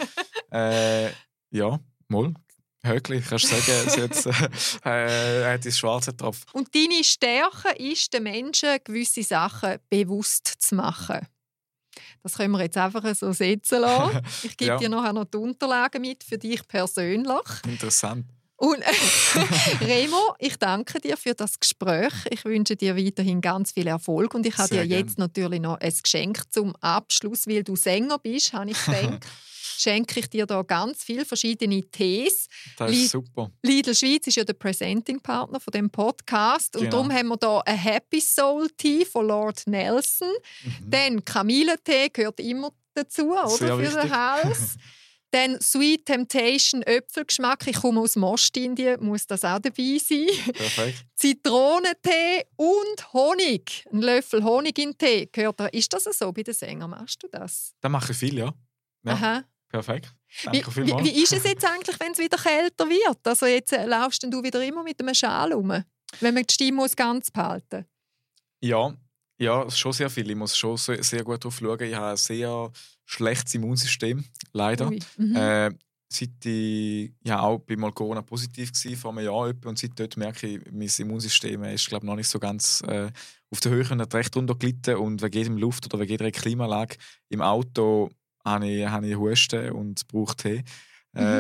S3: Ja, mal. Höckli, kannst du sagen, er hat ins Schwarze getroffen.
S2: Und deine Stärke ist, den Menschen gewisse Sachen bewusst zu machen. Das können wir jetzt einfach so setzen lassen. Ich gebe dir nachher noch die Unterlagen mit für dich persönlich.
S3: Interessant.
S2: Und Remo, ich danke dir für das Gespräch. Ich wünsche dir weiterhin ganz viel Erfolg. Und ich habe dir jetzt natürlich noch ein Geschenk zum Abschluss, weil du Sänger bist, habe ich gedacht. Schenke ich dir da ganz viele verschiedene Tees.
S3: Das ist super.
S2: Lidl Schweiz ist ja der Presenting-Partner von dem Podcast. Und darum haben wir hier ein Happy Soul Tea von Lord Nelson. Dann Kamillentee gehört immer dazu, oder?
S3: Sehr
S2: Für
S3: wichtig.
S2: den Hals. Dann Sweet Temptation Äpfelgeschmack. Ich komme aus Ostindien, muss das auch dabei sein.
S3: Perfekt.
S2: Zitronentee und Honig. Ein Löffel Honig in Tee gehört da. Ist das so bei den Sängern? Machst du das?
S3: Das mache ich viel, ja.
S2: Aha.
S3: Perfekt. Danke
S2: Wie
S3: vielmals.
S2: ist es jetzt eigentlich, wenn es wieder kälter wird? Also jetzt laufst du wieder immer mit einem Schal rum, wenn man die Stimme ganz behalten muss.
S3: Ja, schon sehr viel. Ich muss schon sehr gut darauf schauen. Ich habe ein sehr schlechtes Immunsystem, leider. Seit ich auch bei mal Corona positiv war, vor einem Jahr etwa, und seit dort merke ich, mein Immunsystem ist noch nicht so ganz auf der Höhe und hat recht runtergelitten. Und wegen jedem Luft- oder wegen jeder Klimaanlage im Auto habe ich Husten und brauche Tee. Darum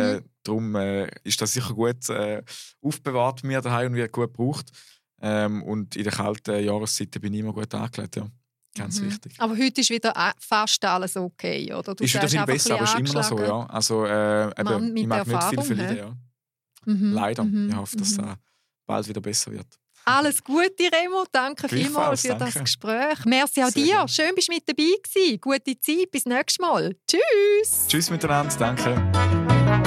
S3: darum ist das sicher gut aufbewahrt bei mir daheim und wird gut gebraucht. Und in den kalten Jahreszeiten bin ich immer gut angelegt, ja. Ganz wichtig.
S2: Aber heute ist wieder fast alles okay, oder? Du
S3: ist wieder viel besser, aber ist immer noch so, ja. Also, ich mag nicht viel verlieren, ja. Leider. Ich hoffe, dass es bald wieder besser wird.
S2: Alles Gute, Remo. Danke vielmals für das Gespräch. Merci auch dir. Schön, bist du mit dabei gewesen. Gute Zeit. Bis nächstes Mal. Tschüss.
S3: Tschüss miteinander. Danke.